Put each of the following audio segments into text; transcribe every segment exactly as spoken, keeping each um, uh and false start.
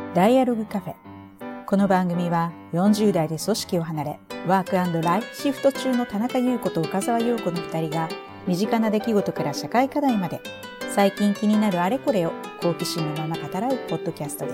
ダイアログカフェ。この番組はよんじゅう代で組織を離れ、ワーク&ライフシフト中の田中優子と岡澤陽子のふたりが、身近な出来事から社会課題まで、最近気になるあれこれを好奇心のまま語らうポッドキャストです。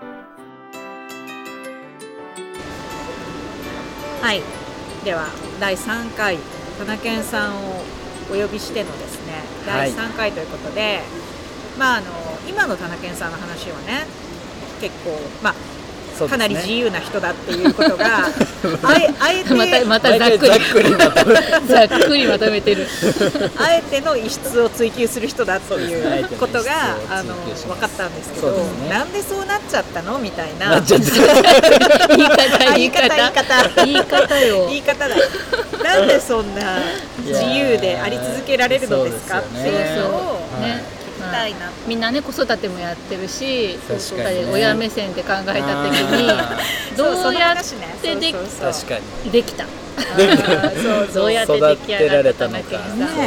はい。では、だいさんかい、田中健さんをお呼びしてのですね、だいさんかいということで、はい、まああの、今の田中健さんの話はね、結構、まあ、かなり自由な人だっていうことが、あえ、あえてまた、またざっくりざっくりまとめざっくりまとめてるあえての異質を追求する人だっていうことが、あの分かったんですけど、ね、なんでそうなっちゃったのみたいななっちゃった言い方言い方言い方言い方よ言い方だなんでそんな自由であり続けられるのですかっていうのをねたいな、 みんなね子育てもやってるし、確かに、ね、親目線で考えた時にどうやってできできたどうやって出来上がったのか、そうですね、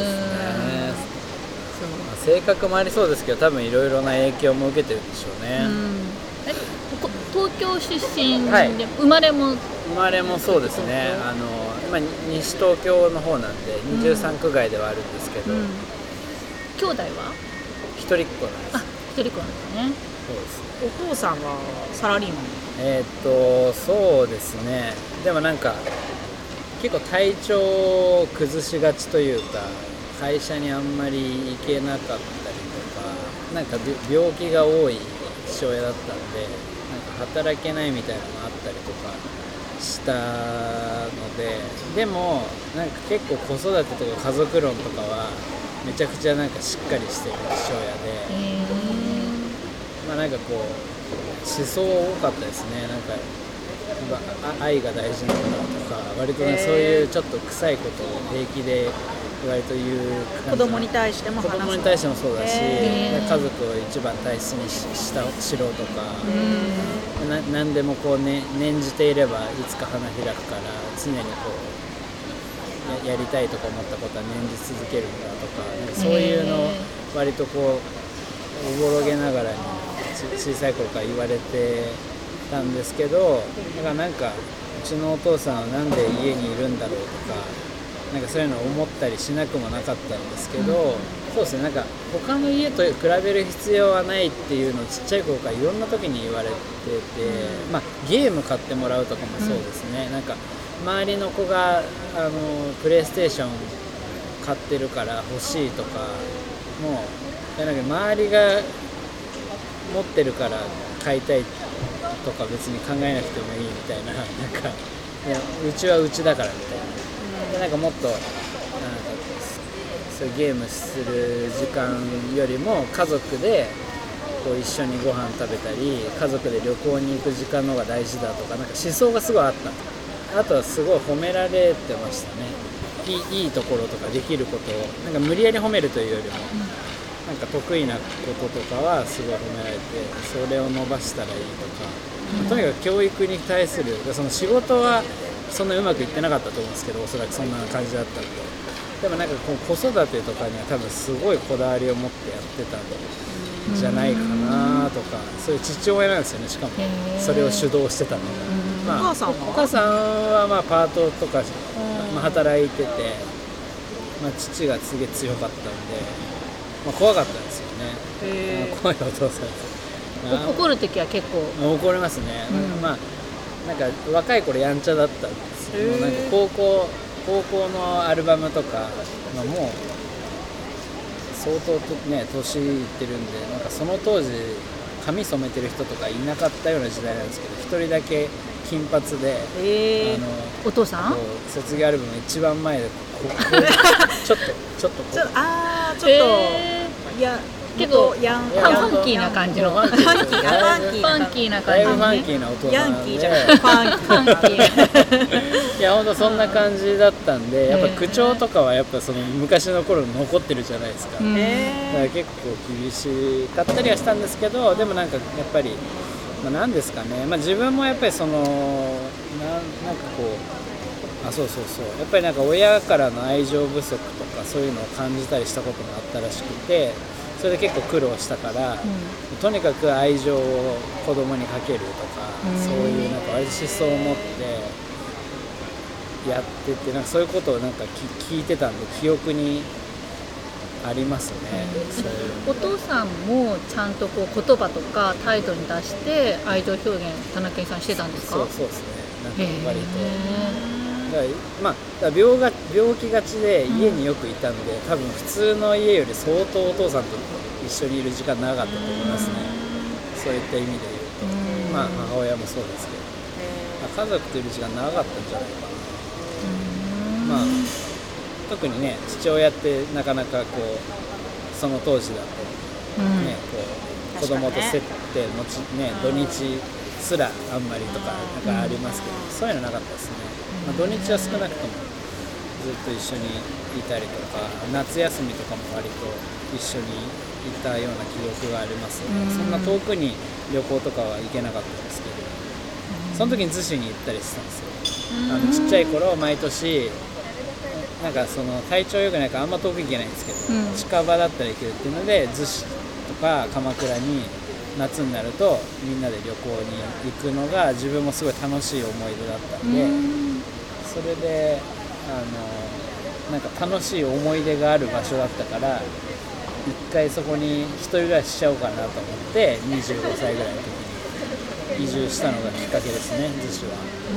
性格もありそうですけど、多分いろいろな影響も受けてるんでしょうね。うん、 え東京出身で、はい、生まれも生まれもそうですね。あの今西東京の方なんでにじゅうさん区外ではあるんですけど、うんうん、 兄弟は一人っ子なんです。 あ、一人っ子なんですね。 そうですね。 お父さんはサラリーマン？ えー、っとそうですね。でもなんか結構体調を崩しがちというか、会社にあんまり行けなかったりとか、なんか病気が多い父親だったんで、なんか働けないみたいなのがあったりとかしたので、でもなんか結構子育てとか家族論とかはめちゃくちゃなんかしっかりしてる父親で、まあなんかこう思想多かったですね。なんか愛が大事なんだとか、割とねそういうちょっと臭いことを平気で割と言う子供に対しても子供に対してもそうだし、家族を一番大切に し, したしろとか、な何でもこう、ね、念じていればいつか花開くから、常にこう や, やりたいとか思ったことは念じ続けるんだとか、なんかそういうのを割とこうおぼろげながらに小さい頃から言われてたんですけど、だからなんかうちのお父さんはなんで家にいるんだろうとか、なんかそういうのを思ったりしなくもなかったんですけど、うん、そうですね、なんか他の家と比べる必要はないっていうのをちっちゃい頃からいろんな時に言われてて、うん、まあゲーム買ってもらうとかもそうですね、うん、なんか周りの子があのプレイステーション買ってるから欲しいとか、もうなんか周りが持ってるから買いたいとか別に考えなくてもいいみたいな、なんかいやうちはうちだからみたいな、でなんかもっとなんかそういうゲームする時間よりも家族でこう一緒にご飯食べたり家族で旅行に行く時間の方が大事だとか、なんか思想がすごいあった。あとはすごい褒められてましたね。いい、いいところとかできることをなんか無理やり褒めるというよりも、なんか得意なこととかはすごい褒められて、それを伸ばしたらいいとか、とにかく教育に対するその仕事はそんなうまくいってなかったと思うんですけど、おそらくそんな感じだったんで、でもなんかこう子育てとかには多分すごいこだわりを持ってやってたんじゃないかなとか、そういう父親なんですよね。しかもそれを主導してたのが、まあ、お母さんはお母さんはまあパートとか、まあ、働いてて、まあ、父がすげえ強かったんで、まあ、怖かったんですよね。怖いお父さんです。 怒るときは結構怒りますね、うん、まあなんか若い頃やんちゃだったんですけど、なんか高校高校のアルバムとか、まあ、もう相当とね年いってるんで、なんかその当時髪染めてる人とかいなかったような時代なんですけど、一人だけ金髪で、 えー、あのお父さん卒業アルバム一番前でここちょっとちょっとこうちょあーちょっと、えー、いや結構ヤンファンキーな感じのファンキーな感じ、 だいぶファンキーな音なんで、 ヤンキーじゃないファンキーいやほんとそんな感じだったんで、やっぱ口調とかはやっぱその昔の頃残ってるじゃないですか、だから結構厳しかったりはしたんですけど、でもなんかやっぱり、まあ、なんですかね、まあ、自分もやっぱりそのな、なんかこうあそうそうそうやっぱりなんか親からの愛情不足とかそういうのを感じたりしたこともあったらしくて、そそれで結構苦労したから、うん、とにかく愛情を子供にかけるとか、うん、そういうなんか割と思想を持ってやってて、なんかそういうことをなんか聞いてたんで記憶にありますね、うん、そういうお父さんもちゃんとこう言葉とか態度に出して愛情表現田中さんしてたんですか？ そうそうですね、なんか割とだからまあ、だから 病, が病気がちで家によくいたんで、うん、多分普通の家より相当お父さんと一緒にいる時間長かったと思いますね、うん、そういった意味で言うと、うん、まあ母親もそうですけど、家族といる時間長かったんじゃないかな、うん、まあ特にね父親ってなかなかこうその当時だとね、うん、こう子供と接点のち、ね、土日すらあんまりとかなんかありますけど、そういうのなかったですね。まあ、土日は少なくともずっと一緒にいたりとか、夏休みとかも割と一緒にいたような記憶がありますね。そんな遠くに旅行とかは行けなかったんですけど、その時に逗子に行ったりしてたんですよ。あのちっちゃい頃毎年なんかその体調良くないからあんま遠く行けないんですけど、うん、近場だったら行けるっていうので逗子とか鎌倉に夏になるとみんなで旅行に行くのが自分もすごい楽しい思い出だったんで、うん、それであのなんか楽しい思い出がある場所だったから一回そこに一人暮らししちゃおうかなと思ってにじゅうごさいぐらいの時に移住したのがきっかけですね、逗子は。 うん、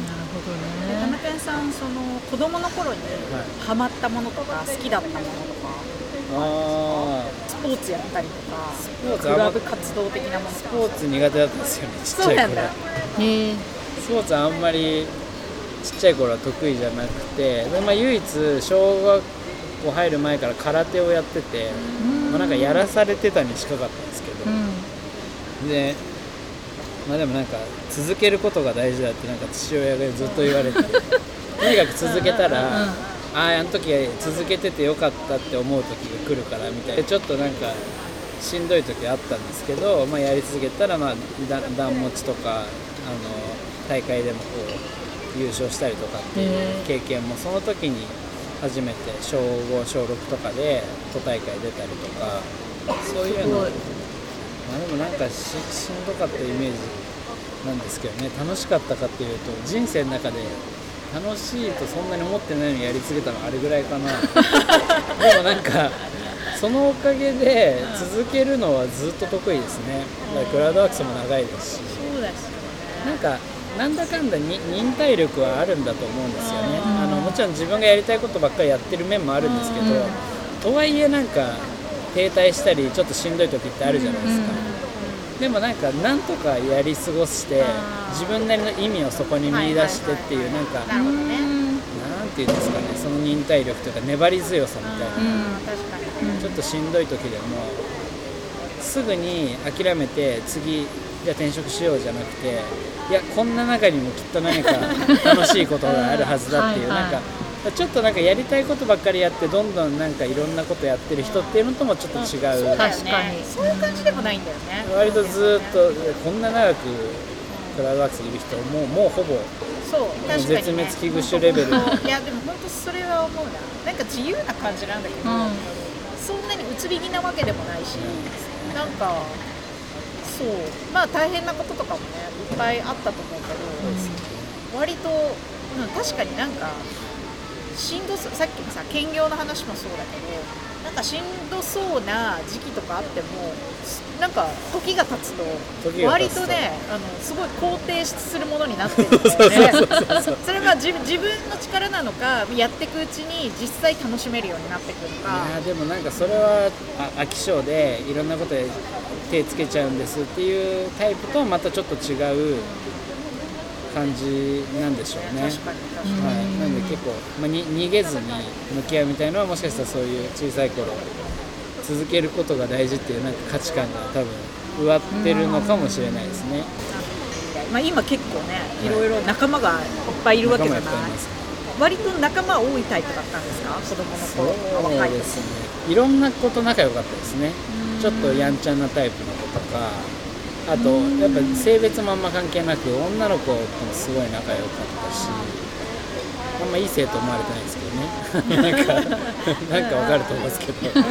なるほどね。 田中さん、その子供の頃にハマったものとか好きだったものとか、あスポーツやったりとか、スポーツクラブ活動的なものとか。 スポーツ苦手だったんですよね、ちっちゃい頃。そうなんだ。へスポーツあんまりちっちゃい頃は得意じゃなくて、で、まあ、唯一小学校入る前から空手をやってて、まあ、なんかやらされてたに近かったんですけど、うん、で、まあ、でもなんか続けることが大事だってなんか父親がずっと言われてとにかく続けたら、うんうん、あああの時続けててよかったって思う時が来るからみたいな、ちょっとなんかしんどい時あったんですけど、まあ、やり続けたら、まあ、段持ちとかあの大会でもこう優勝したりとかっていう経験もその時に初めて小ご、小ろくとかで都大会出たりとか、そういうの、まあ、でもなんか し, しんどかったイメージなんですけどね。楽しかったかっていうと人生の中で楽しいとそんなに思ってないのにやり続けたのあれぐらいかなでもなんかそのおかげで続けるのはずっと得意ですね。だからクラウドワークスも長いですし、 そうですよね。 なんかなんだかんだに忍耐力はあるんだと思うんですよね。あのもちろん自分がやりたいことばっかりやってる面もあるんですけど、とはいえなんか停滞したりちょっとしんどい時ってあるじゃないですか。でもなんかなんとかやり過ごして自分なりの意味をそこに見出してっていうなんかなんていうんですかね、その忍耐力というか粘り強さみたいな、ちょっとしんどい時でもすぐに諦めて次じゃあ転職しようじゃなくて、いやこんな中にもきっと何か楽しいことがあるはずだっていうなんかちょっとなんかやりたいことばっかりやってどんどんなんかいろんなことやってる人っていうのともちょっと違う、 うん、確かにそういう感じでもないんだよね。 割とずっとこんな長くクラウドワークスにいる人ももうほぼそう確かに、ね、 絶滅危惧種レベルいやでも本当それは思うな。なんか自由な感じなんだけど、うん、そんなに移り気なわけでもないし、うん、なんかそうまあ大変なこととかもねいっぱいあったと思うけど、うん、割と、うん、確かになんかしんどそう、さっきのさ兼業の話もそうだけどなんかしんどそうな時期とかあってもなんか時が経つと割とねあのすごい肯定するものになってるんだよねそれが自分の力なのかやっていくうちに実際楽しめるようになってくるのか。 いやでもなんかそれは飽き性でいろんなことで手つけちゃうんですっていうタイプとはまたちょっと違う感じなんでしょうね。 確かに確かに、 はい、なんで結構、まあ、に逃げずに向き合うみたいなのはもしかしたらそういう小さい頃続けることが大事っていうなんか価値観が多分植わってるのかもしれないですね。 まあ、今結構ねいろいろ仲間がいっぱいいるわけじゃない。割と仲間多いタイプだったんですか、子供の頃。 そうですね、いろんな子と仲良かったですね。ちょっとやんちゃなタイプの子とか、あとやっぱ性別もあんま関係なく女の子ともすごい仲良かったし、 んまいい生徒思われてないですけどねなんかなんかわかると思いますけど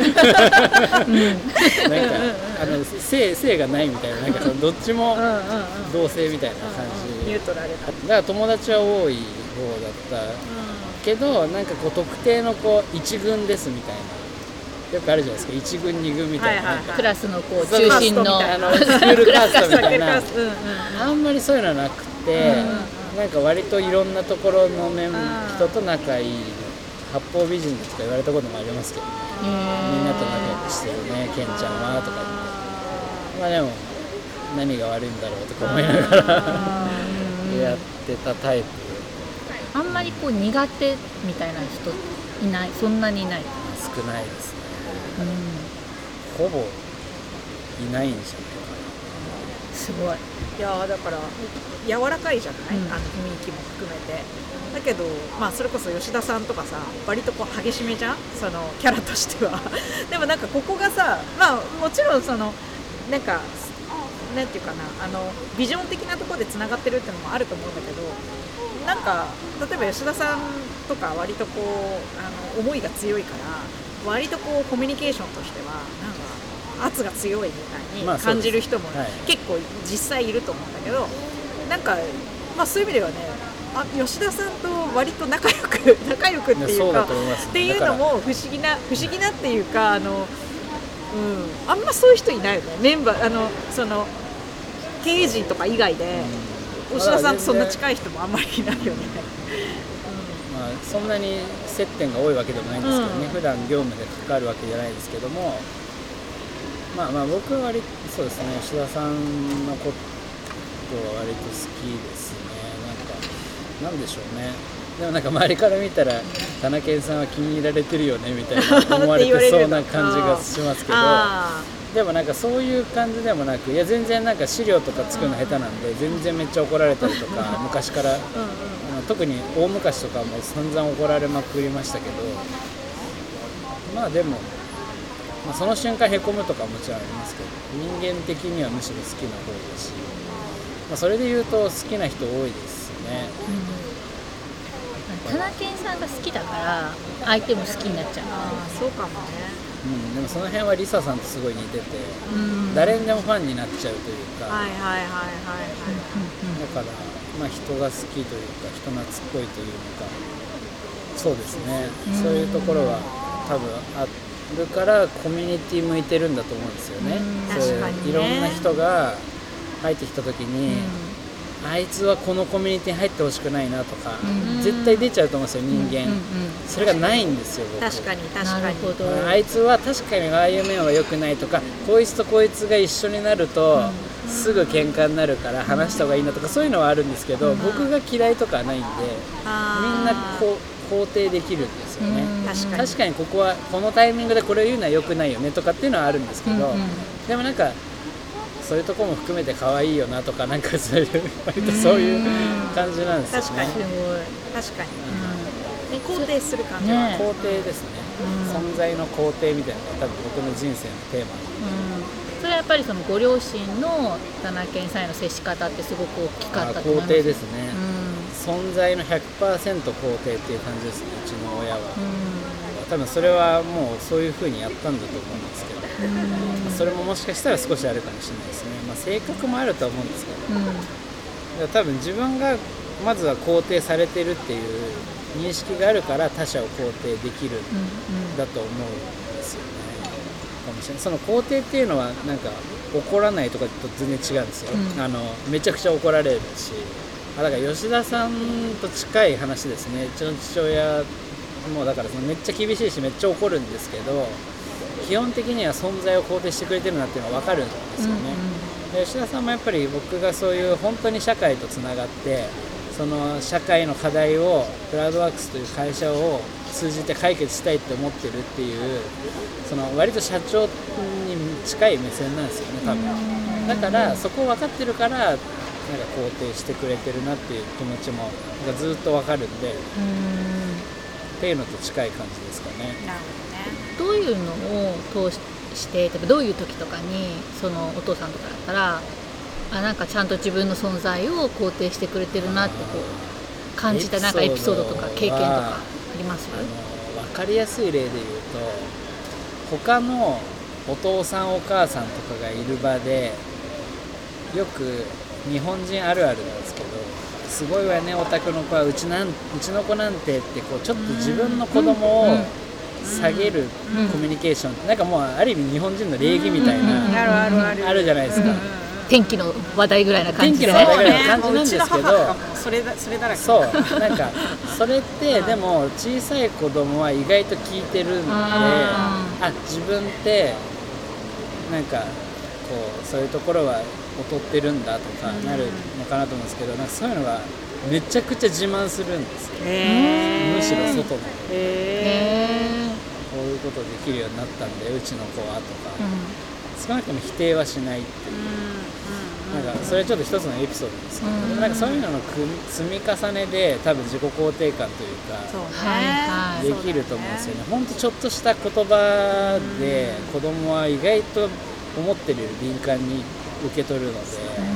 なんかあの性性がないみたいな、なんかそのどっちも同性みたいな感じ、 ニュートラルな。 だから友達は多い方だったけど、なんかこう特定のこう一軍ですみたいな、よくあるじゃないですか、一軍二軍みたいな、はいはいはい、 クラスのこう中心のあのスクールカーストみたいなうん、うん、あんまりそういうのはなくて、うん、なんか割といろんなところのメン人と仲いい、八方美人とか言われたこともありますけどね、みんなと仲良くしてるねケンちゃんはとか言って、まあでも何が悪いんだろうとか思いながらやってたタイプ。 あんまりこう苦手みたいな人いない、そんなにいない。 少ないですね、うん、ほぼいないんじゃないかな。 すごい。 いやだから柔らかいじゃない、うん、あの雰囲気も含めて。だけど、まあ、それこそ吉田さんとかさ、割とこう激しめじゃん、そのキャラとしてはでもなんかここがさ、まあもちろんそのなんかなんていうかな、あのビジョン的なところでつながってるっていうのもあると思うんだけど、なんか例えば吉田さんとか割とこうあの思いが強いから、割とこうコミュニケーションとしてはなんか圧が強いみたいに感じる人も結構実際いると思うんだけど、なんか、まあ、そういう意味ではね、あ吉田さんと割と仲良く仲良くっていうかっていうのも不思議な不思議なっていうか、あの、うん、あんまそういう人いないよね、メンバー、あのその経営陣とか以外で、うん、吉田さんとそんな近い人もあんまりいないよね、うんまあ、そんなに接点が多いわけでもないんですけどね、うん、普段業務で関わるわけじゃないですけども、まあまあ僕は割そうですね、吉田さんのことは割と好きですね。なんかなんでしょうね、でもなんか周りから見たら田中健さんは気に入られてるよねみたいな思われてそうな感じがしますけどでもなんかそういう感じでもなく、いや全然なんか資料とか作るの下手なんで全然めっちゃ怒られたりとか昔から、うん、あの特に大昔とかも散々怒られまくりましたけど、まあでも、まあ、その瞬間へこむとかもちろんありますけど、人間的にはむしろ好きな方だし、まあ、それで言うと好きな人多いですね、 うん、田中健さんが好きだから相手も好きになっちゃう。 ああそうかもね、 うん、でもその辺はリサさんとすごい似てて、うん、誰にでもファンになっちゃうというか、 はいはいはいはいはい、 だから、まあ、人が好きというか人懐っこいというか、そうですね、うん、そういうところは多分あるからコミュニティ向いてるんだと思うんですよね、うん、そういう確かにね、いろんな人が入ってきた時に、うん、あいつはこのコミュニティに入ってほしくないなとか、うん、絶対出ちゃうと思うんですよ人間、うんうんうん、それがないんですよ僕。 確かに確かに、 あいつは確かにああいう面は良くないとか、こいつとこいつが一緒になると、うん、すぐ喧嘩になるから話した方がいいなとか、そういうのはあるんですけど、うん、僕が嫌いとかはないんで、みんなこう肯定できるんですよね、うん、確かに確かにここはこのタイミングでこれを言うのは良くないよねとかっていうのはあるんですけど、うんうん、でもなんかそういうところも含めて可愛いよなとか、なんかそういう割とそういう感じなんですよね。 確かに確かに、うん、肯定する感じは、 ね、肯定ですね、うん、存在の肯定みたいなのが多分僕の人生のテーマ、 うん、それはやっぱりそのご両親の田中健さんへの接し方ってすごく大きかったと思います。 肯定ですね、うん、存在の ひゃくパーセント 肯定っていう感じですね、うちの親は、うん、多分それはもうそういう風にやったんだと思うんですけど、うん、それももしかしたら少しあるかもしれないですね、まあ、性格もあるとは思うんですけど、うん、多分自分がまずは肯定されてるっていう認識があるから他者を肯定できるんだと思うんですよね、かもしれない。その肯定っていうのはなんか怒らないとかと全然違うんですよ、うん、あのめちゃくちゃ怒られるし、あだから吉田さんと近い話ですね。うちの父親もだからそのめっちゃ厳しいしめっちゃ怒るんですけど、基本的には存在を肯定してくれてるなっていうのは分かるんですよね、うんうん、で吉田さんもやっぱり僕がそういう本当に社会とつながってその社会の課題をクラウドワークスという会社を通じて解決したいって思ってるっていうその割と社長に近い目線なんですよね多分。だからそこを分かってるからなんか肯定してくれてるなっていう気持ちもなんかずっと分かるんで、うんっていうのと近い感じですかね。 なるほどね。どういうのを通して例えばどういう時とかにそのお父さんとかだったらあなんかちゃんと自分の存在を肯定してくれてるなってこう感じたなんかエピソードとか経験とかあります？ あの分かりやすい例で言うと、他のお父さんお母さんとかがいる場でよく日本人あるあるなんですけど、すごいわねお宅の子はうちなんうちの子なんてってこうちょっと自分の子供を下げるコミュニケーションってなんかもうある意味日本人の礼儀みたいなあるじゃないですか。 天気の話題ぐらいな感じで、 天気の話題ぐらいな感じなんですけど、 それだそれだらけ。 そうなんかそれってでも小さい子供は意外と聞いてるんで、あ自分ってなんかこうそういうところは劣ってるんだとかなるのかなと思うんですけど、なんかそういうのがめちゃくちゃ自慢するんですよ。むしろ外のへこういうことできるようになったんでうちの子はとか、うん、少なくとも否定はしないっていう、うん、なんかそれはちょっと一つのエピソードですけど、うん、なんかそういうのの積み重ねで多分自己肯定感というかできると思うんですよね。ほんとちょっとした言葉で子供は意外と思ってるより敏感に受け取るので、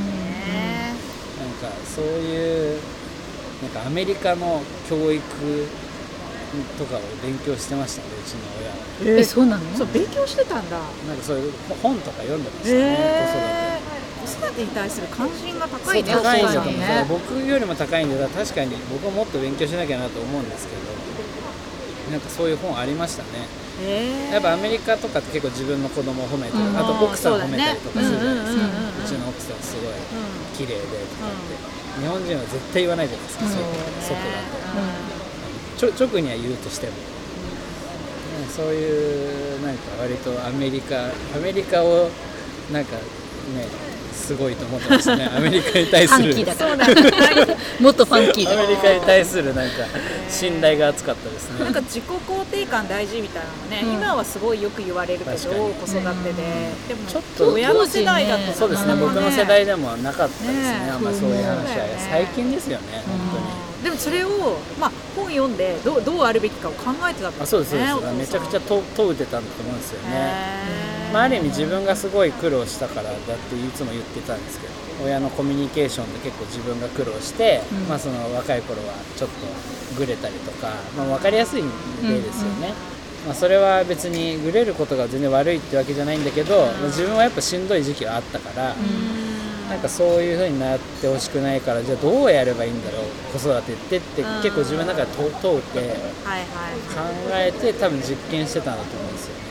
なんかそういうなんかアメリカの教育とかを勉強してましたね、うちの親は。 えー、そうなの？ そう勉強してたんだ。 なんかそういう本とか読んでましたね、えー、子育て。子育てに対する関心が高いね。 高いんだと思うんですよ。僕よりも高いんで、確かに僕はもっと勉強しなきゃなと思うんですけど、なんかそういう本ありましたね。えー、やっぱアメリカとかって結構自分の子供を褒めてる、うん、あと奥さんを褒めたりとかするじゃないですか。うちの奥さんすごい綺麗でとかって、うん、日本人は絶対言わないじゃないですか、うん、そう外だと、うん、ちょ直には言うとしても、うん、そういうなんか割とアメリカアメリカをなんかねすごいと思ってましたね。アメリカに対するファンキーだからもっとファンキーだアメリカに対するなんか信頼が厚かったですね。 なんか自己肯定感大事みたいなのね、うん、今はすごいよく言われるけど子育てで、うん、でもちょっと親の世代だと、ね、 そうですね、僕の世代でもなかったですね、ねあんまそういう話は、ね、最近ですよね、うん、本当に。 でもそれを、まあ、本読んでどう、どうあるべきかを考えてたんですね。 あ、そうです、そうです。めちゃくちゃ問うてたんだと思うんですよね。まあ、ある意味自分がすごい苦労したからだっていつも言ってたんですけど、親のコミュニケーションで結構自分が苦労して、うんまあ、その若い頃はちょっとグレたりとか、まあ、分かりやすい例ですよね、うんうんまあ、それは別にグレることが全然悪いってわけじゃないんだけど、うんまあ、自分はやっぱしんどい時期はあったから、うん、なんかそういう風になってほしくないから、じゃあどうやればいいんだろう子育てってって結構自分の中で問うて考えて多分実験してたんだと思うんですよね。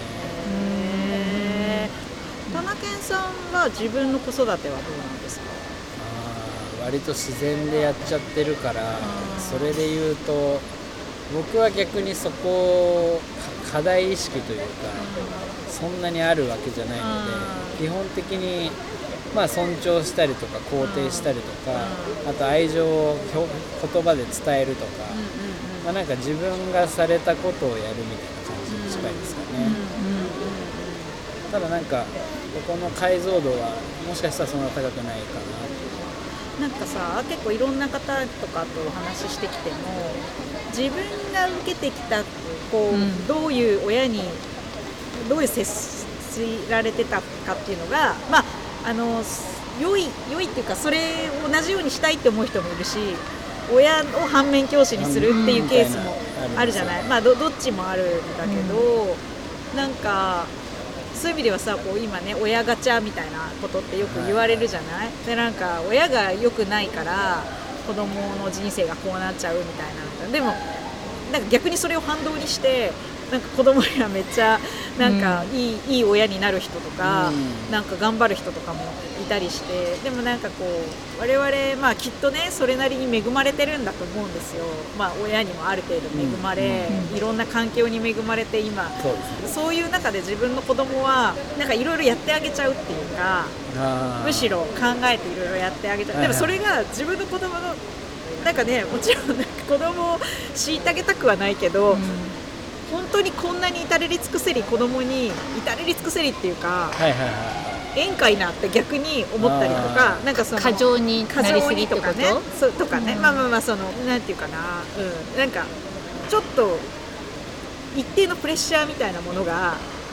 田中さんは自分の子育てはどうなんですか？ あ割と自然でやっちゃってるから、それで言うと僕は逆にそこ課題意識というかそんなにあるわけじゃないので、基本的にまあ尊重したりとか肯定したりとか、あと愛情を言葉で伝えるとか、まあなんか自分がされたことをやるみたいな感じに近いですかね。ただなんかここの解像度はもしかしたらそんな高くないかな。なんかさ、結構いろんな方とかとお話ししてきても、自分が受けてきたこう、うん、どういう親にどういう接しられてたかっていうのが、まああの良い良いっていうか、それを同じようにしたいって思う人もいるし、親を反面教師にするっていうケースもあるじゃない。まあ ど, どっちもあるんだけど、うん、なんか。そういう意味ではさ、こう今ね親ガチャみたいなことってよく言われるじゃない。でなんか親が良くないから子供の人生がこうなっちゃうみたいな。でもなんか逆にそれを反動にしてなんか子供にはめっちゃなんかいい、うん、いい親になる人とか、うん、なんか頑張る人とかもいたりして、でもなんかこう我々まあきっとねそれなりに恵まれてるんだと思うんですよ。まあ親にもある程度恵まれ、うん、いろんな環境に恵まれて今、そうですね、そういう中で自分の子供はなんかいろいろやってあげちゃうっていうか、むしろ考えていろいろやってあげちゃう。でもそれが自分の子供のなんかね、もちろんなんか子供を虐げたくはないけど、うん、本当にこんなに至れり尽くせり子供に至れり尽くせりっていうか、はいはいはい、演歌いなって逆に思ったりとか、なんかその過剰になりすぎってこととかね、そうとかね、うん、まあまあまあそのなんていうかな、うん、なんかちょっと一定のプレッシャーみたいなものが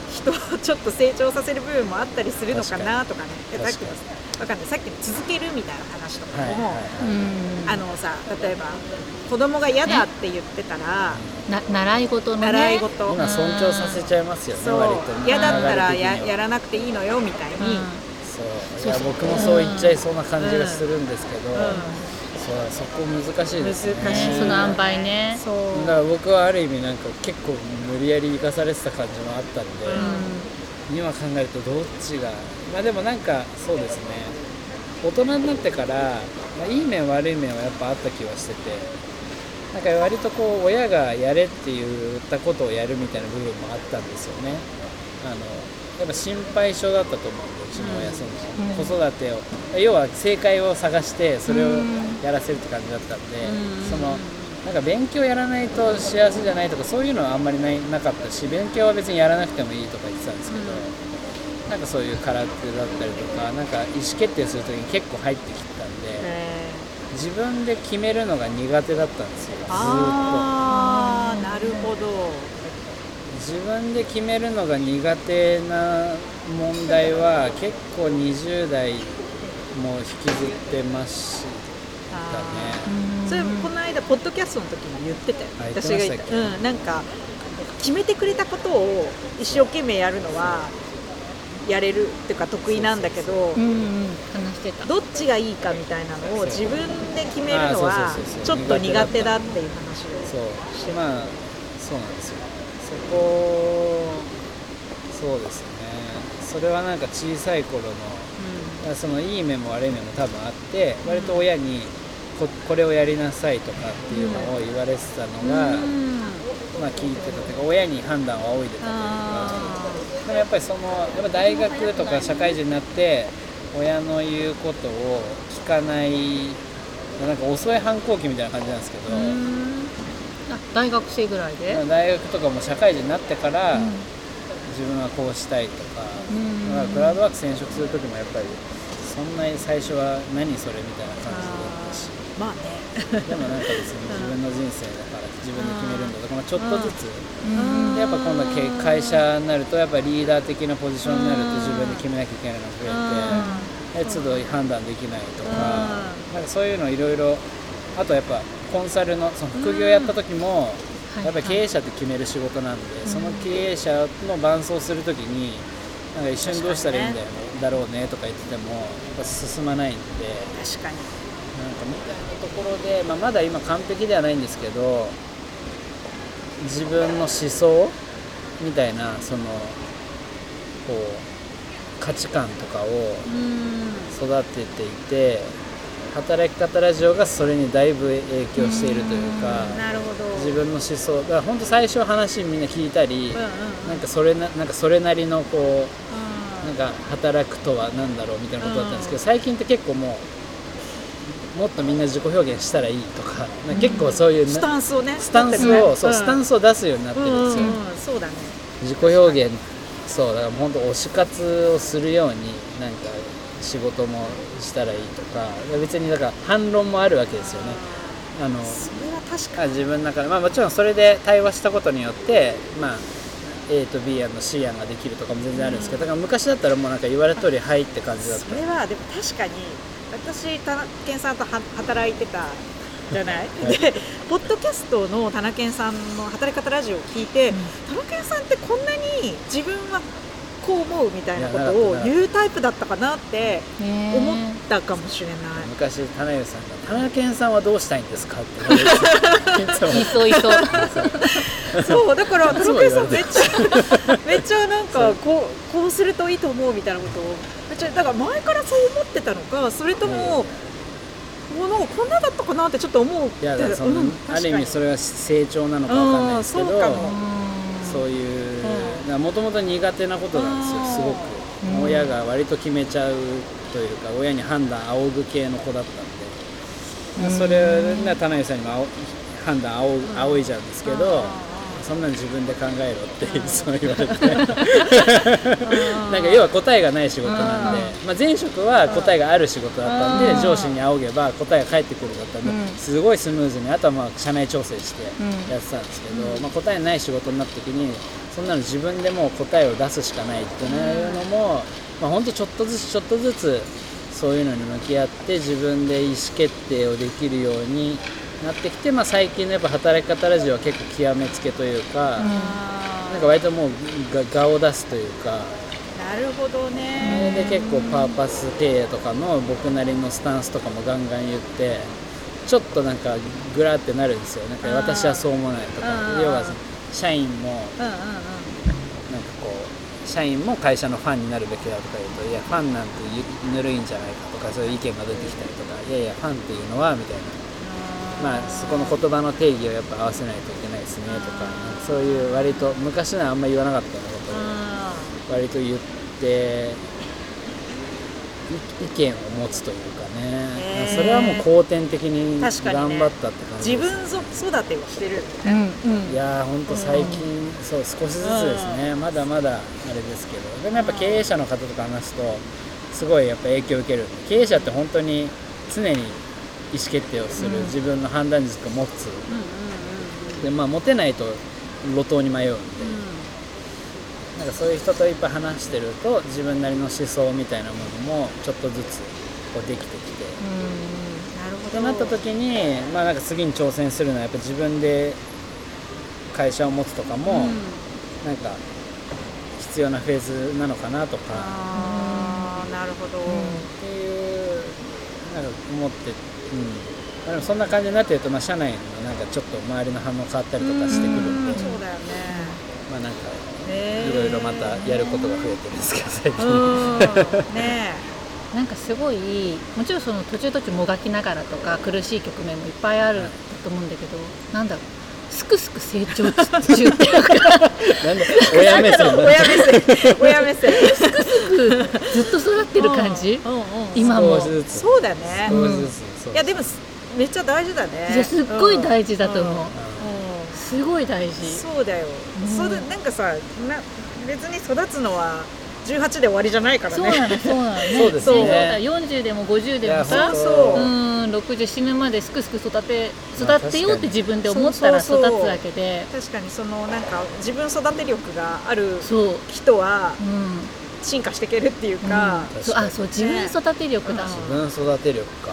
人をちょっと成長させる部分もあったりするのかなとかね、 確かにさっきのわかんないさっきの続けるみたいな話とかも、 はいはいはいあのさ例えば子供が嫌だって言ってたら、 な習い事のね習い事今尊重させちゃいますよね、 そう割とね嫌だったらや流れ的にはやらなくていいのよみたいに、 うんそういや僕もそう言っちゃいそうな感じがするんですけど、 うんそうそこ難しいですね。 難しいねその塩梅ね。 そうだから僕はある意味なんか結構無理やり生かされてた感じもあったんで、 うん今考えるとどっちがまあでもなんかそうですね、大人になってから、まあ、いい面悪い面はやっぱあった気はしてて、なんか割とこう親がやれって言ったことをやるみたいな部分もあったんですよね。あのやっぱ心配性だったと思うんで、うちの親、その子育てを要は正解を探してそれをやらせるって感じだったんで、そのなんか勉強やらないと幸せじゃないとかそういうのはあんまりないなかったし、勉強は別にやらなくてもいいとか言ってたんですけど、なんかそういう空手だったりとか、なんか意思決定するときに結構入ってきてたんで、自分で決めるのが苦手だったんですよ、ずーっと。 あーなるほど。 自分で決めるのが苦手な問題は結構にじゅう代も引きずってましたね。 それこの間ポッドキャストの時に言ってたよ、 あ言ってま私がしたっけ言った、うん、なんか決めてくれたことを一生懸命やるのはやれるっていうか得意なんだけど、 うんうん話してた。 どっちがいいかみたいなのを自分で決めるのはちょっと苦手だっていう話をそうしてまあそうなんですよ。そこそうですね。それはなんか小さい頃の、うん、そのいい面も悪い面も多分あって、割と親に こ, これをやりなさいとかっていうのを言われてたのが、うん、まあ聞いてたというか親に判断を仰いでたというか、でもやっぱりそのやっぱ大学とか社会人になって親の言うことを聞かないなんか遅い反抗期みたいな感じなんですけど、 あ大学生ぐらいで大学とかも社会人になってから、うん、自分はこうしたいとか、うん、だからクラウドワーク転職する時もやっぱりそんなに最初は何それみたいな感じだったし、 まあねでもなんか別に自分の人生だから自分で決めるんだとか、まあ、ちょっとずつ、うん、でやっぱ今度会社になるとやっぱリーダー的なポジションになると自分で決めなきゃいけないのが増えて、都度判断できないとか、なんかそういうのいろいろ、あとやっぱコンサル の, その副業やった時も、うん、やっぱり経営者って決める仕事なんで、はいはい、その経営者の伴走する時になんか一緒にどうしたらいいんだよ、ね、だろうねとか言っててもやっぱ進まないんで、 確かになんかみたいなところで、まあ、まだ今完璧ではないんですけど、自分の思想みたいなそのこう価値観とかを育てていて、働き方ラジオがそれにだいぶ影響しているというか、 なるほど、 自分の思想だから本当最初話みんな聞いたり、うんうんうん、なんかそれな、なんかそれなりのこうなんか働くとは何だろうみたいなことだったんですけど、最近って結構もうもっとみんな自己表現したらいいとか、なんか結構そういう、うん、 スタンスをねスタンスを、そう、うん、スタンスを出すようになってるんですよ、 うんうんうん、そうだね、 自己表現、そうだから本当推し活をするようになんか仕事もしたらいいとか、別にだから反論もあるわけですよね。あのそれは確かに自分の中で、まあ、もちろんそれで対話したことによって、まあ、A と B 案の C 案ができるとかも全然あるんですけど、だから昔だったらもうなんか言われた通りはいって感じだった。 それはでも確かに私田中さんとは働いてたじゃないでポッドキャストの田中さんの働き方ラジオを聞いて、うん、田中さんってこんなに自分はこう思うみたいなことを言うタイプだったかなって思ったかもしれない。 昔田中さんが田中さんはどうしたいんですかって言われていそういそうそうだから田中さんめっちゃめっちゃなんかこう、こうするといいと思うみたいなことをめっちゃだから前からそう思ってたのか、それともものこんなだったかなってちょっと思う。 いやだからその、うん、ある意味それは成長なのかわかんないですけど、そうかも、そういうもともと苦手なことなんですよ、すごく、うん、親が割と決めちゃうというか親に判断仰ぐ系の子だったんで、うん、それは田中さんにも判断仰いじゃうんですけど、 そんなの自分で考えろっていつも言われてなんか要は答えがない仕事なんで、まあ、前職は答えがある仕事だったんで上司に仰げば答えが返ってくるだったんですごいスムーズにあとはまあ社内調整してやってたんですけど、まあ、答えない仕事になった時にそんなの自分でもう答えを出すしかないっていうのも、まあ、ほんとちょっとずつちょっとずつそういうのに向き合って自分で意思決定をできるようになってきて、まあ、最近のやっぱ働き方ラジオは結構極めつけというか、うん、なんか割ともう我を出すというか、 なるほどね。 で結構パーパス経営とかの僕なりのスタンスとかもガンガン言ってちょっとなんかグラってなるんですよ。なんか私はそう思わないとか、要は社員も、うんうんうん、なんかこう社員も会社のファンになるべきだとか言うと、いやファンなんてぬるいんじゃないかとかそういう意見が出てきたりとか、いやいやファンっていうのはみたいな。まあ、そこの言葉の定義をやっぱ合わせないといけないですねとか、そういう割と昔のはあんまり言わなかったようなことを割と言って意見を持つというかね、それはもう後天的に頑張ったって感じです、ね、 自分育てをしてる、 うんうん、いやーほんと最近、うん、そう少しずつですね、まだまだあれですけど、でもやっぱ経営者の方とか話すとすごいやっぱ影響を受ける。経営者って本当に常に意思決定をする、うん、自分の判断軸を持つ、うんうんうん、でまあ持てないと路頭に迷うんで、うん、なんかそういう人といっぱい話してると自分なりの思想みたいなものもちょっとずつこうできてきて、うん、なるほどってなった時に、まあ、なんか次に挑戦するのはやっぱ自分で会社を持つとかも、うん、なんか必要なフェーズなのかなとか、 あーなるほど、うん、 っていうなんか思ってうん、でもそんな感じになってると、まあ、社内のなんかちょっと周りの反応変わったりとかしてくるんで、 うんそうだよね、 まあなんかいろいろまたやることが増えてるんですけど最近ねえなんかすごいもちろんその途中途中もがきながらとか苦しい局面もいっぱいあると思うんだけど、なんだろうすくすく成長中っていうかなんで親目線親目線親目線すくすくずっと育ってる感じ、うんうんうん、今もそうだね、 少しずつ、 うん、いやでもめっちゃ大事だね。 いやすっごい大事だと思う、うんうん、すごい大事。 そうだよ、うん、それなんかさな別に育つのはじゅうはちで終わりじゃないからね。 そうなのそうなのねそうですね。 よんじゅうでもごじゅうでもさ、 そううんろくじゅう死ぬまですくすく育て育てようって自分で思ったら育つわけで、 確かにそのなんか自分育て力がある人は進化していけるっていうか、 うん、そうあそう自分育て力だ、 ね、自分育て力か、うん、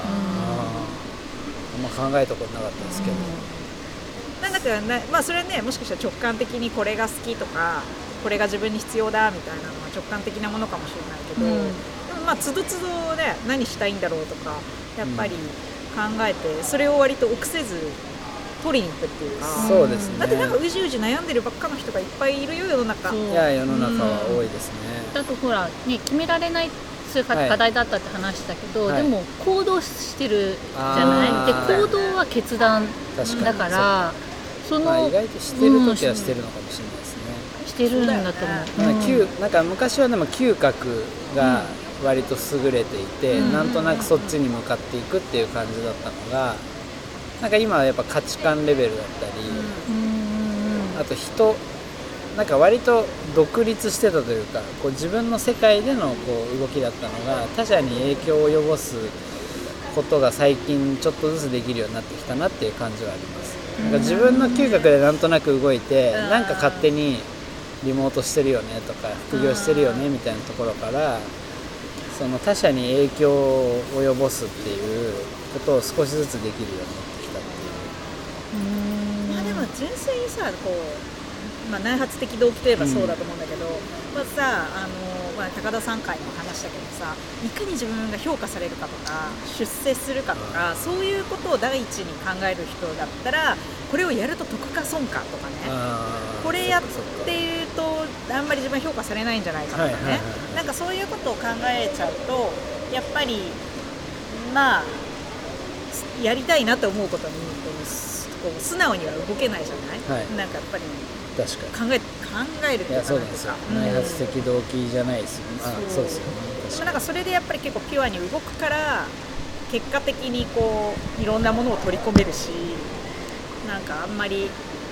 あんま考えたことなかったですけど、 うん、なんだかね、まあそれはねもしかしたら直感的にこれが好きとかこれが自分に必要だみたいなのは直感的なものかもしれないけど、うん、でもまあつどつどね何したいんだろうとかやっぱり考えてそれを割と臆せず取りに行くっていうか、 そうですね。 だってなんかうじうじ悩んでるばっかの人がいっぱいいるよ世の中。 いや世の中は多いですね。 だとほらね決められないそういう課題だったって話したけど、はい、でも行動してるじゃないで行動は決断だからその、 まあ、意外としてる時はしてるのかもしれないですね、 うん、してるんだと思う、 うん、嗅なんか昔はでも嗅覚が割と優れていて、うん、なんとなくそっちに向かっていくっていう感じだったのがなんか今はやっぱ価値観レベルだったり、うん、あと人なんか割と独立してたというかこう自分の世界でのこう動きだったのが他者に影響を及ぼすことが最近ちょっとずつできるようになってきたなっていう感じはあります。なんか自分の嗅覚でなんとなく動いてなんか勝手にリモートしてるよねとか副業してるよねみたいなところからその他者に影響を及ぼすっていうことを少しずつできるようになってきたっていう。 まあでも純粋にさこう、まあ、内発的動機といえばそうだと思うんだけど、うんまあ、さあの、まあ、高田さん会も話したけどさいかに自分が評価されるかとか出世するかとかそういうことを第一に考える人だったらこれをやると得か損かとかねこれやっているとあんまり自分評価されないんじゃないかとかね、はいはいはい、なんかそういうことを考えちゃうとやっぱりまあやりたいなと思うことにこうこう素直には動けないじゃない、はい、なんかやっぱり確かに考え、考えるっていうかそうですよ、うん、内発的動機じゃないですよね。あそうですよね。 なんかそれでやっぱり結構ピュアに動くから結果的にこういろんなものを取り込めるしなんかあんまり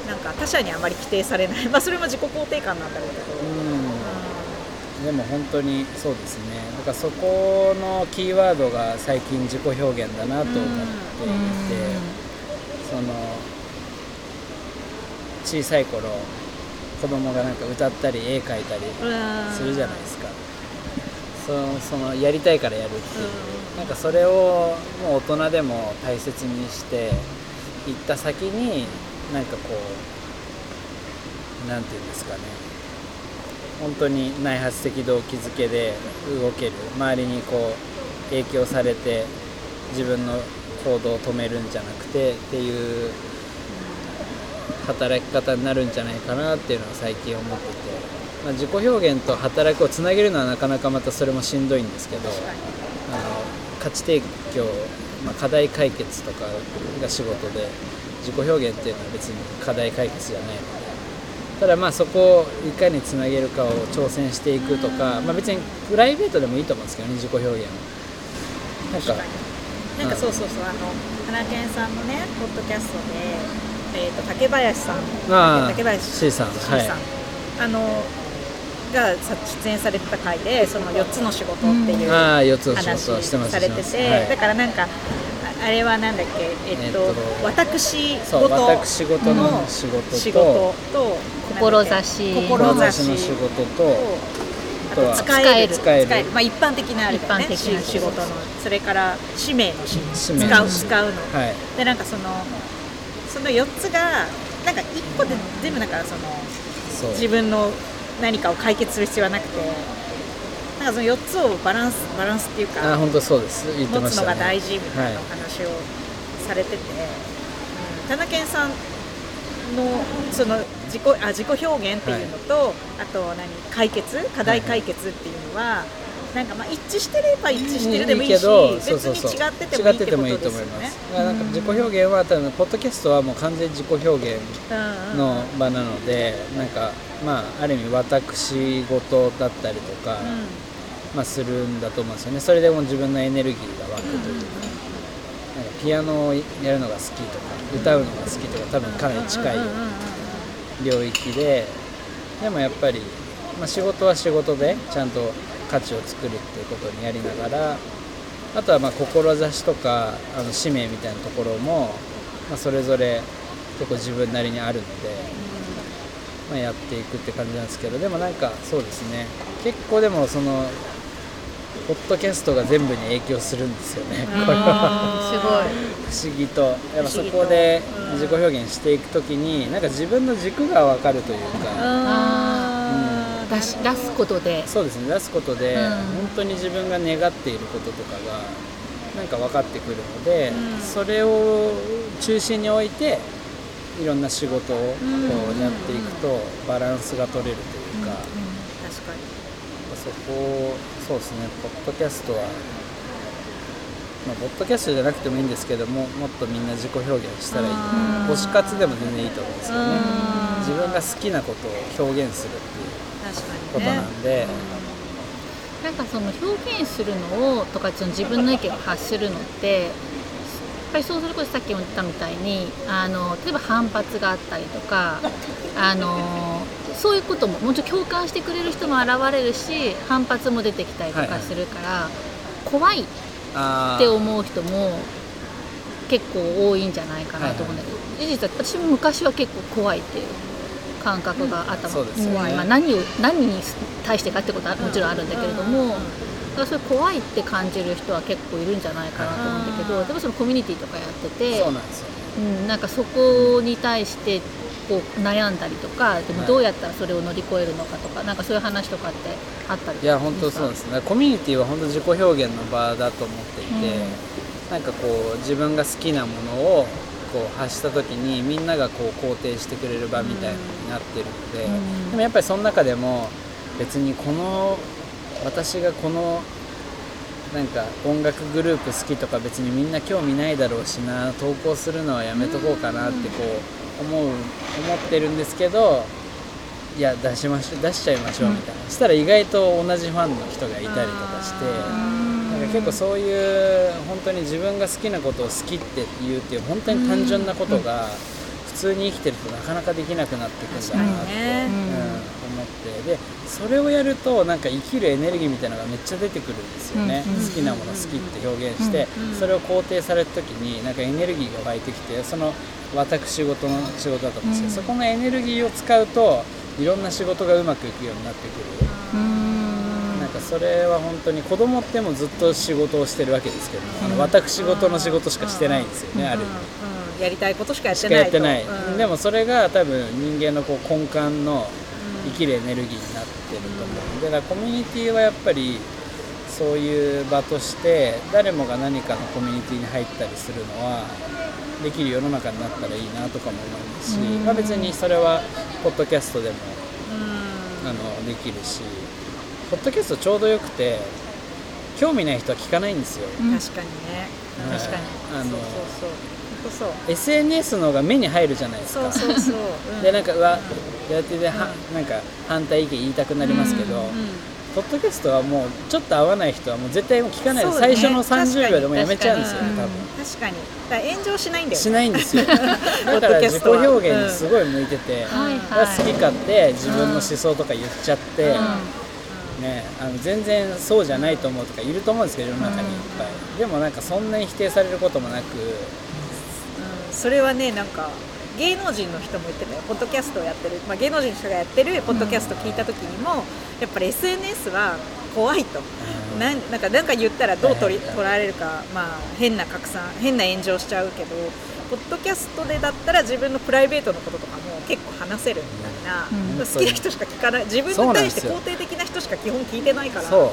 なんか他者にあまり規定されない、まあ、それも自己肯定感なんだろうけど、 うん、でも本当にそうですね。だからそこのキーワードが最近自己表現だなと思っていて、その小さい頃子供がなんか歌ったり絵描いたりするじゃないですか。その、そのやりたいからやるっていう、なんかそれをもう大人でも大切にしていった先に、なんかこうなんていうんですかね、本当に内発的動機づけで動ける、周りにこう影響されて自分の行動を止めるんじゃなくてっていう働き方になるんじゃないかなっていうのを最近思ってて、まあ、自己表現と働きをつなげるのはなかなかまたそれもしんどいんですけど、あの価値提供、まあ、課題解決とかが仕事で、自己表現っていうのは別に課題解決じゃないので、ただまあそこをいかにつなげるかを挑戦していくとか、まあ、別にプライベートでもいいと思うんですけどね、自己表現は。なんかなんかそうそうそう、あの花健さんのねポッドキャストで、えー、と竹林さん、 あ竹林 C さん、 C さん、はい、あのが出演されてた回で、そのよっつの仕事っていう話されてて、はい、だからなんかあれはなんだっけ、えっと、えっと、私事の私事の仕事と、 仕事と志志の仕事と、 あと使える、 使える、 まあ、一般的なあれだね、仕事の、それから使命の使、使う、使うの、はい、でなんかそのそのよっつがなんかいっこで全部なんかそのそう自分の何かを解決する必要はなくて、なんかそのよっつをバランスバランスっていうか、 あ、本当そうです、言ってましたね、 持つのが大事みたいな話をされてて、うん、田中健さんのその自己あ自己表現っていうのと、はい、あと何解決課題解決っていうのは、はいはい、なんかまあ一致してれば一致してるでもいいし、いいけど別に違っててもいいってことですよね。 なんか自己表現は多分ポッドキャストはもう完全に自己表現の場なので、なんかまあある意味私事だったりとか、うん、まあするんだと思うんですよね。それでも自分のエネルギーが湧くというか、うん、なんかピアノをやるのが好きとか歌うのが好きとか多分かなり近い領域で、でもやっぱり、まあ、仕事は仕事でちゃんと価値を作るっていうことにやりながら、あとはまあ志とかあの使命みたいなところも、まあ、それぞれ結構自分なりにあるので、まあ、やっていくって感じなんですけど、でもなんかそうですね、結構でもそのポッドキャストが全部に影響するんですよね、これはすごい不思議と、やっぱそこで自己表現していくときになんか自分の軸が分かるというか、 あ、うん、出し出すことで、 そうですね、出すことで、うん、本当に自分が願っていることとかがなんか分かってくるので、うん、それを中心に置いていろんな仕事をこうやっていくとバランスが取れるというか、うんうん、 確かにそこ、そうですね、ポッドキャストは、まあ、ポッドキャストじゃなくてもいいんですけども、もっとみんな自己表現したらいいと思う。推し活でも全然いいと思うんですけどね、自分が好きなことを表現するっていうことなんで、ね、 なんかその表現するのをとかその自分の意見を発するのってやっぱりそうすることさっきも言ったみたいに、あの例えば反発があったりとか、あのそういうことももちろん共感してくれる人も現れるし、反発も出てきたりとかするから、はいはい、怖いって思う人も結構多いんじゃないかなと思うんだけど、はいはい、実は私も昔は結構怖いっていう感覚があったの、うん、まあ、何を何に対してかってことはもちろんあるんだけれども、だからそれ怖いって感じる人は結構いるんじゃないかなと思うんだけど、でもそのコミュニティとかやってて、 そうなんですよね、 うん、なんかそこに対してこう悩んだりとか、でもどうやったらそれを乗り越えるのかとか、なんかそういう話とかってあったりとか。 いや本当そうですね、コミュニティは本当自己表現の場だと思っていて、うん、なんかこう自分が好きなものをこう発した時にみんながこう肯定してくれる場みたいなのになってるので、うん、でもやっぱりその中でも別にこの私がこのなんか音楽グループ好きとか別にみんな興味ないだろうしな、投稿するのはやめとこうかなってこう思う思ってるんですけど、いや出しましょう出しちゃいましょうみたいな、うん、したら意外と同じファンの人がいたりとかして、なんか結構そういう本当に自分が好きなことを好きって言うっていう本当に単純なことが普通に生きてるとなかなかできなくなってくるんだなって、 ね、 うん、思ってでそれをやるとなんか生きるエネルギーみたいなのがめっちゃ出てくるんですよね、うん、好きなもの好きって表現して、うん、それを肯定された時になんかエネルギーが湧いてきてその私事の仕事だと思うんですけど、うん、そこのエネルギーを使うといろんな仕事がうまくいくようになってくる、うん、なんかそれは本当に子供ってもずっと仕事をしてるわけですけども、うん、あの私事の仕事しかしてないんですよね、うん、ある意味、 うん、やりたいことしかやってないとしかやってない、うん、でもそれが多分人間のこう根幹の生きるエネルギーになってると思う、うん、だからコミュニティはやっぱりそういう場として誰もが何かのコミュニティに入ったりするのはできる世の中になったらいいなとかも思いますし、うん、まあ、別にそれはポッドキャストでも、うん、あのできるしポッドキャストちょうどよくて興味ない人は聞かないんですよ、 うん、確かにね、うん、確かにあのそうそうそうそうエスエヌエス の方が目に入るじゃないですか。 そうそうそう、うん、 でなんかうわやってて、うん、はなんか反対意見言いたくなりますけど、うんうん、ポッドキャストはもうちょっと合わない人はもう絶対聞かないで、ね、最初のさんじゅうびょうでもやめちゃうんですよ、多分。 確かにだから炎上しないんだよね。 しないんですよだから自己表現にすごい向いてて、うん、好き勝手自分の思想とか言っちゃって、うんね、あの全然そうじゃないと思うとかいると思うんですけど世の中にいっぱい、うん、でもなんかそんなに否定されることもなく、 うん、それはねなんか芸能人の人も言ってたよ。ポッドキャストをやってる、まあ、芸能人の人がやってるポッドキャスト聞いた時にも、うん、やっぱり エスエヌエス は怖いと、うん、な, なんかなんか言ったらどう取り取られるか、まあ、変な拡散変な炎上しちゃうけどポッドキャストでだったら自分のプライベートのこととかも結構話せるみたいな、うん、好きな人しか聞かない自分に対して肯定的な人しか基本聞いてないからそう、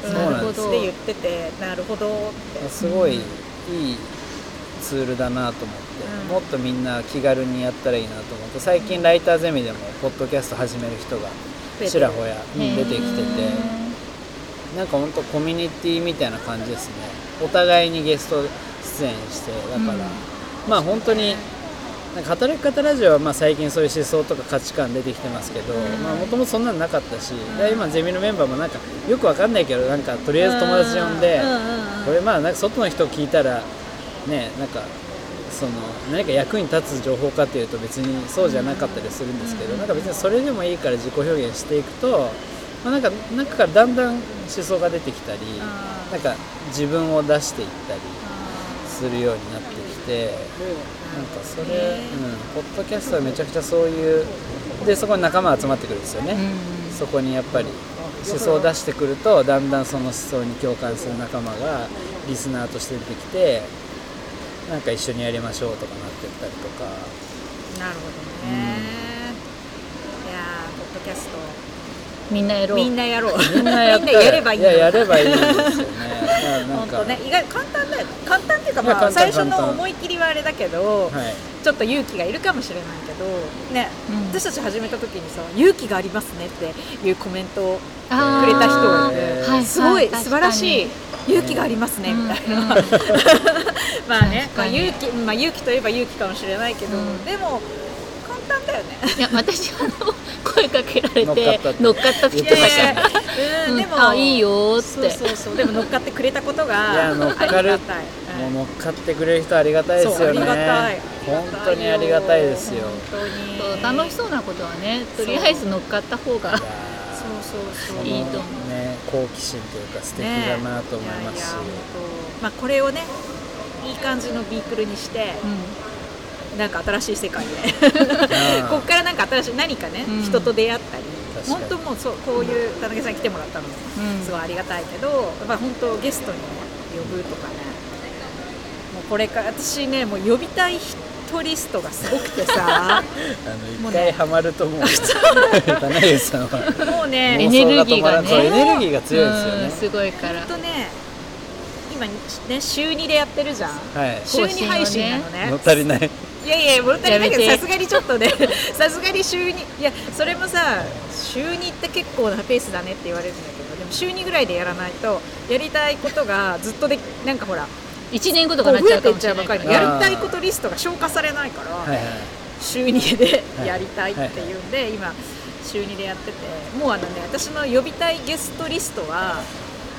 うん、なるほどって言っててなるほどってすごいいいツールだなと思って、うん、もっとみんな気軽にやったらいいなと思って最近ライターゼミでもポッドキャスト始める人がちらほや出てきててなんか本当コミュニティみたいな感じですね。お互いにゲスト出演してだから、うん、まあ本当になんか働き方ラジオはまあ最近そういう思想とか価値観出てきてますけどもともとそんなのなかったし、うん、今ゼミのメンバーもなんかよくわかんないけどなんかとりあえず友達呼んで、うん、これまあなんか外の人聞いたらねなんかその何か役に立つ情報かというと別にそうじゃなかったりするんですけど、うん、なんか別にそれでもいいから自己表現していくと、まあ、なんか中からだんだん思想が出てきたりなんか自分を出していったりするようになってきてなんかそれ、うん、ポッドキャストはめちゃくちゃそういうでそこに仲間が集まってくるんですよね、うん、そこにやっぱり思想を出してくるとだんだんその思想に共感する仲間がリスナーとして出てきてなんか一緒にやりましょうとかなってったりとか。 なるほどね、うん、いやーポッドキャストみんなやろうみんなやろうみんなやったらやればいいいややればいいですよね本当ね意外簡単だよ簡単っていうか、まあ、最初の思い切りはあれだけど、はい、ちょっと勇気がいるかもしれないけどね、うん、私たち始めた時にさ勇気がありますねっていうコメントをくれた人がいてすごい素晴らしい勇気がありますねみたいな、うん、まあね、まあ、勇気、まあ、勇気といえば勇気かもしれないけど、うん、でも簡単だよね。 いや私あの声かけられて乗っかった人だからうん、でもあいいよってそうそうそうでも乗っかってくれたことがいや乗っかるもう乗っかってくれる人ありがたいですよね。 そうありがたい本当にありがたいですよ。 本当にそう楽しそうなことはねとりあえず乗っかった方がそうそうそういいと思うね好奇心というか素敵だなと思いますし、ね、いやいやまあこれをねいい感じのビークルにして、うん、なんか新しい世界でここからなんか新しい何かね、うん、人と出会ったり本当もうそうこういう田中さん来てもらったのすごいありがたいけど、やっぱ本当ゲストに、ね、呼ぶとかねもうこれから私ねもう呼びたい人リストがすごくてさあの一回ハマると思う田中さんはもうねエネルギーがねエネルギーが強いですよね。 すごいから本当ね今ね週にでやってるじゃん、はい、週に配信なのね物足りないいやいや物足りないけどさすがにちょっとねさすがに週にいやそれもさ週にって結構なペースだねって言われるんだけどでも週にぐらいでやらないとやりたいことがずっとでなんかほらいちねんごとかなっちゃうかもしれないからやりたいことリストが消化されないから、はいはい、週にでやりたいっていうんで、はいはい、今週にでやっててもうあのね私の呼びたいゲストリストは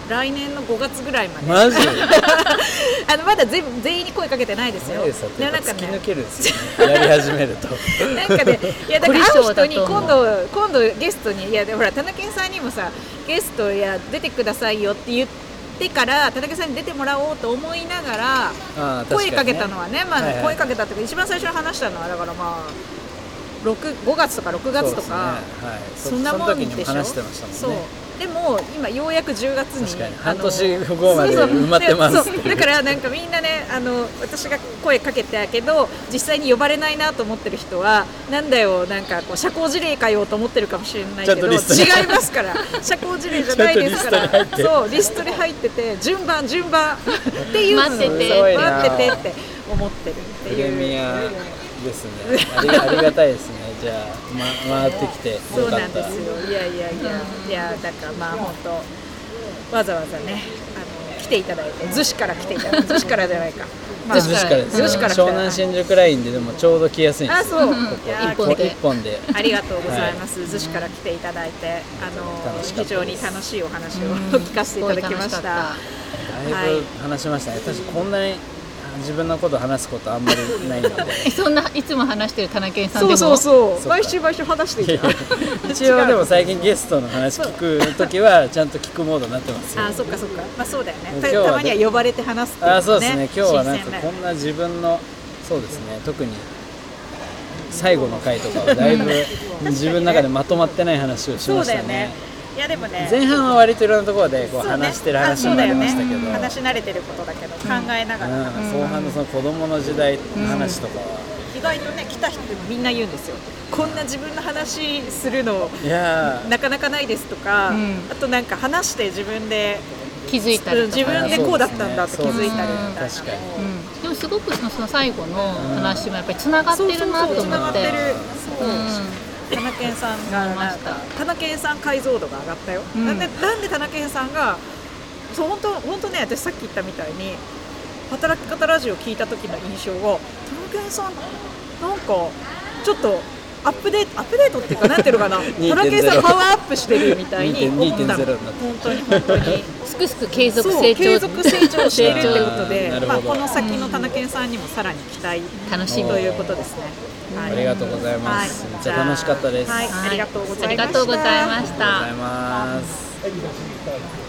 来年のごがつぐらいまでマジあのまだ全部全員に声かけてないですよ。 でもなんか突き抜けるんですよねやり始めるとなんかね、いやだから会う人に今度今度ゲストにいやでほら田中さんにもさゲストいや出てくださいよって言ってから田中さんに出てもらおうと思いながらあ、 声かけたのはね、まあ、 はいはい、 声かけたっていうか一番最初に話したのはだからまあごがつとかろくがつとかそ,、ねはい、そ, そんなもんでしょ。 その時にも話してましたもんね。そうでも今ようやくじゅうがつに確かに半年後まで埋まってますそうそうだからなんかみんなねあの私が声かけたけど実際に呼ばれないなと思ってる人はなんだよなんかこう社交辞令かよと思ってるかもしれないけど違いますから社交辞令じゃないですからそうリストに入ってて順番順番っていうのを待ってて待っててって思ってるっていうプレミアですねあり, ありがたいですねじゃあ、ま、回ってきてよかった。 そうなんですよいやいやいや、うん、いやだからまあ本当わざわざねあの来ていただいて逗子から来ていただいて逗子からじゃないかまあ、逗子からですよ湘南新宿ラインででもちょうど来やすいんですよ。 あそう一本で一本でありがとうございます、はい、逗子から来ていただいてあの非常に楽しいお話を聞かせていただきました。だいぶ話しましたね、はい、私こんなに自分のこと話すことあんまりないのでそんないつも話してる田中さんでもそうそうそう毎週毎週話していた一応でも最近ゲストの話聞くときはちゃんと聞くモードになってますよ。 あそっかそっか、まあ、そうだよね た, たまには呼ばれて話すっていうのね。 あそうですね今日はなんかこんな自分のそうですね特に最後の回とかはだいぶ自分の中でまとまってない話をしましたね。そうだよねいやでもね、 前半は割といろんなところでこう話してる話になりましたけど、 ね、話し慣れてることだけど、うん、考えながら、うん、 後半のその子供の時代の話とかは、 うん、意外とね来た人もみんな言うんですよ。こんな自分の話するのいやなかなかないですとか、うん、あとなんか話して自分で気づいたりとか自分でこうだったんだと気づいたりみたいな。 確かに、 うん、でもすごくその最後の話もやっぱりつながってるなと思って。 つながってる。そう。田中さんがなんか田中さん解像度が上がったよ、うん、なんでなんで田中さんがそう本当本当ね私さっき言ったみたいに働き方ラジオ聞いた時の印象が田中さんなんかちょっとアップデートアップデートっていうかなんていうのかな田中さんパワーアップしてるみたいに思ったの。本当に本当にすくすく継続成長継続成長しているということでまあ、この先の田中さんにもさらに期待楽しみということですね。 はい、ありがとうございます、はい、めっちゃ楽しかったです。 はい、ありがとうございました。 ありがとうございました。 ありがとうございます。